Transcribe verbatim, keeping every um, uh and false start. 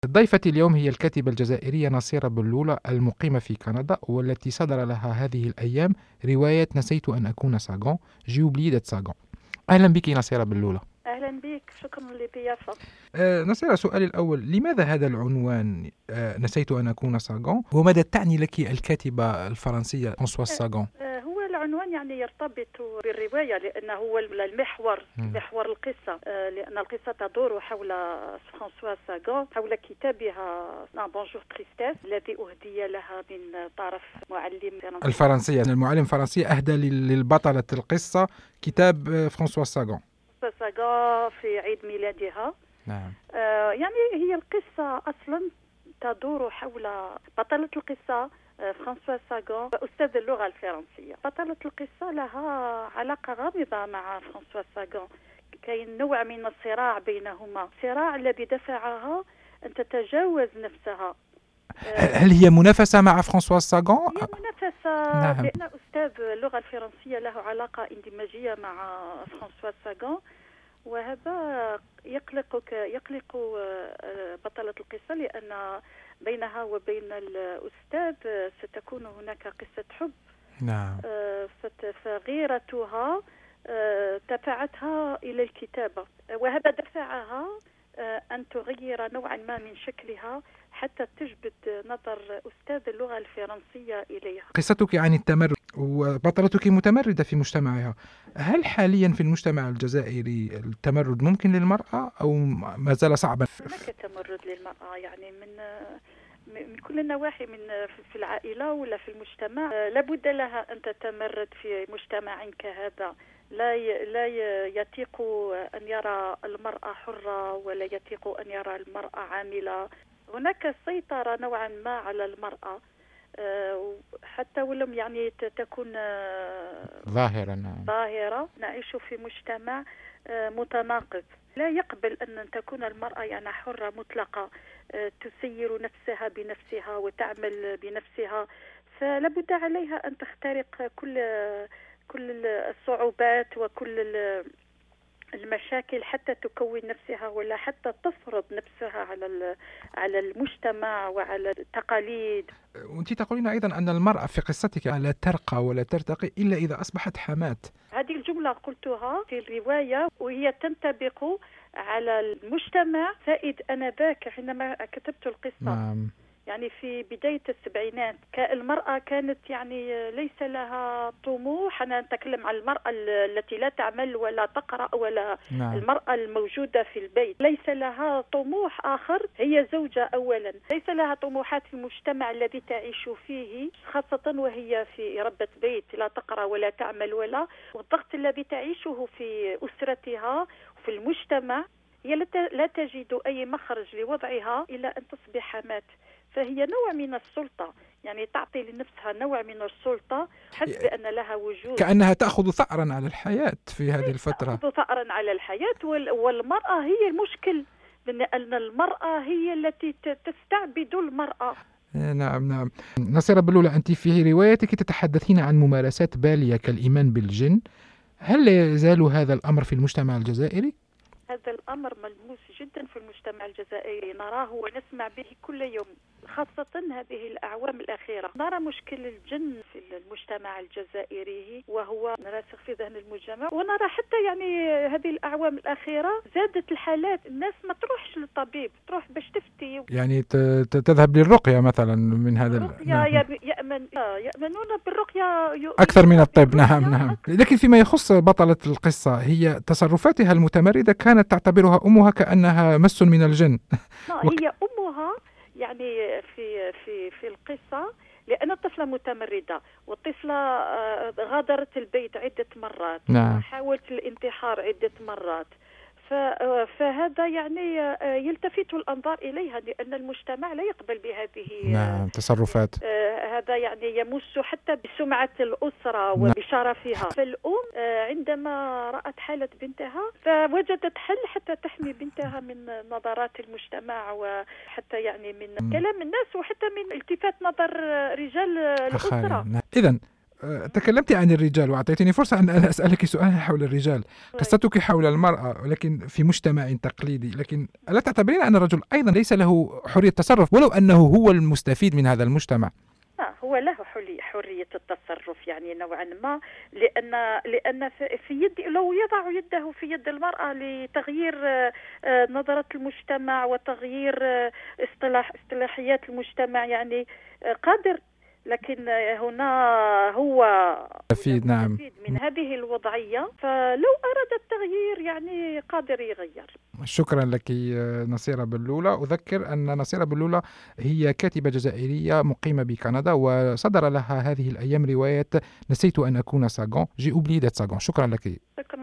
ضيفتي اليوم هي الكاتبة الجزائرية نصيرة بلولة المقيمة في كندا، والتي صدر لها هذه الأيام رواية نسيت أن أكون ساغون جيوبلي دات ساغون. أهلا بك نصيرة بلولة. أهلا بك، شكرا للضيافة. آه نصيرة، سؤالي الأول، لماذا هذا العنوان آه نسيت أن أكون ساغون، وماذا تعني لك الكاتبة الفرنسية فرانسواز ساغون؟ هو العنوان يعني يرتبط بالرواية، لأنه هو المحور محور القصة، لأن القصة تدور حول فرانسواز ساغون، حول كتابها بونجور تريستيس الذي أهدي لها من طرف معلم فرنسي الفرنسية. المعلم الفرنسي أهدى للبطلة القصة كتاب فرانسواز ساغون ساغون في عيد ميلادها. نعم. آه يعني هي القصة أصلا تدور حول بطلة القصة فرانسواز ساغون، أستاذ اللغة الفرنسية. بطلة القصة لها علاقة غامضة مع فرانسواز ساغون، كاين نوع من الصراع بينهما، صراع الذي دفعها أن تتجاوز نفسها. هل هي منافسة مع فرانسواز ساغون؟ هي منافسة. نعم. لأن أستاذ اللغة الفرنسية له علاقة اندماجية مع فرانسواز ساغون، وهذا يقلق يقلق بطلة القصة، لأن بينها وبين الأستاذ ستكون هناك قصة حب. نعم. فغيرتها دفعتها إلى الكتابة، وهذا دفعها أن تغير نوعا ما من شكلها حتى تجبد نظر أستاذ اللغة الفرنسية إليها. قصتك عن التمرد، وبطلتك متمردة في مجتمعها. هل حاليا في المجتمع الجزائري التمرد ممكن للمرأة أو ما زال صعبا؟ هناك تمرد للمرأة، يعني من من كل النواحي، من في العائلة ولا في المجتمع. لابد لها أن تتمرد في مجتمع كهذا. لا لا يطيق أن يرى المرأة حرة، ولا يطيق أن يرى المرأة عاملة. هناك سيطرة نوعا ما على المرأة، حتى ولم يعني تكون ظاهرة. ظاهرة. نعيش في مجتمع متناقض، لا يقبل أن تكون المرأة يعني حرة مطلقة، تسير نفسها بنفسها وتعمل بنفسها. فلابد عليها أن تخترق كل كل الصعوبات وكل المشاكل حتى تكون نفسها، ولا حتى تفرض نفسها على على المجتمع وعلى التقاليد. وأنت تقولين أيضا أن المرأة في قصتك لا ترقى ولا ترتقي إلا إذا أصبحت حماة. هذه الجملة قلتها في الرواية، وهي تنطبق على المجتمع سائد آنذاك حينما كتبت القصة. نعم. يعني في بداية السبعينات المرأة كانت يعني ليس لها طموح. أنا أتكلم عن المرأة التي لا تعمل ولا تقرأ، ولا نعم. المرأة الموجودة في البيت ليس لها طموح آخر. هي زوجة أولا، ليس لها طموحات في المجتمع الذي تعيش فيه، خاصة وهي في ربة بيت لا تقرأ ولا تعمل، ولا والضغط الذي تعيشه في أسرتها وفي المجتمع. هي لا تجد أي مخرج لوضعها إلا أن تصبح حماة. فهي نوع من السلطة، يعني تعطي لنفسها نوع من السلطة، تحس بأن لها وجود، كأنها تأخذ ثأرا على الحياة في هذه الفترة. تأخذ ثأرا على الحياة. والمرأة هي المشكل، لأن المرأة هي التي تستعبد المرأة. نعم نعم. نصيرة بلولة، أنت في روايتك تتحدثين عن ممارسات بالية كالإيمان بالجن. هل يزال هذا الأمر في المجتمع الجزائري؟ هذا الأمر ملموس جدا في المجتمع الجزائري، نراه ونسمع به كل يوم، خاصة هذه الأعوام الأخيرة. نرى مشكل الجن في المجتمع الجزائري وهو راسخ في ذهن المجتمع، ونرى حتى يعني هذه الأعوام الأخيرة زادت الحالات. الناس ما تروحش للطبيب، تروح باش تفتي، يعني تذهب للرقية مثلا من هذا. نعم. يأمن يأمنون بالرقية أكثر من الطب. نعم نعم. لكن فيما يخص بطلة القصة، هي تصرفاتها المتمردة كانت تعتبرها أمها كأنها مس من الجن. هي أمها يعني في في في القصة، لأن الطفلة متمردة، والطفلة غادرت البيت عدة مرات. نعم. حاولت الانتحار عدة مرات. فهذا يعني يلتفت الأنظار إليها، لأن المجتمع لا يقبل بهذه نعم تصرفات. هذا يعني يمس حتى بسمعة الأسرة وبشرفها. فالأم عندما رأت حالة بنتها فوجدت حل حتى تحمي بنتها من نظرات المجتمع، وحتى يعني من كلام الناس، وحتى من التفات نظر رجال الأسرة. إذن آه، تكلمت عن الرجال وأعطيتني فرصة أن أنا أسألك سؤال حول الرجال. قصتك حول المرأة ولكن في مجتمع تقليدي، لكن ألا تعتبرين أن الرجل أيضا ليس له حرية تصرف ولو أنه هو المستفيد من هذا المجتمع؟ آه هو له حرية التصرف يعني نوعا ما، لأن لأن في يد لو يضع يده في يد المرأة لتغيير نظرة المجتمع وتغيير اصطلاح اصطلاحيات المجتمع يعني قادر، لكن هنا هو مستفيد. نعم. من هذه الوضعية، فلو أراد التغيير يعني قادر يغير. شكرا لك نصيرة بلولة. أذكر أن نصيرة بلولة هي كاتبة جزائرية مقيمة بكندا، وصدر لها هذه الأيام رواية نسيت أن أكون ساغون، جي أوبلي ديت ساغون. شكرا لك. شكرا.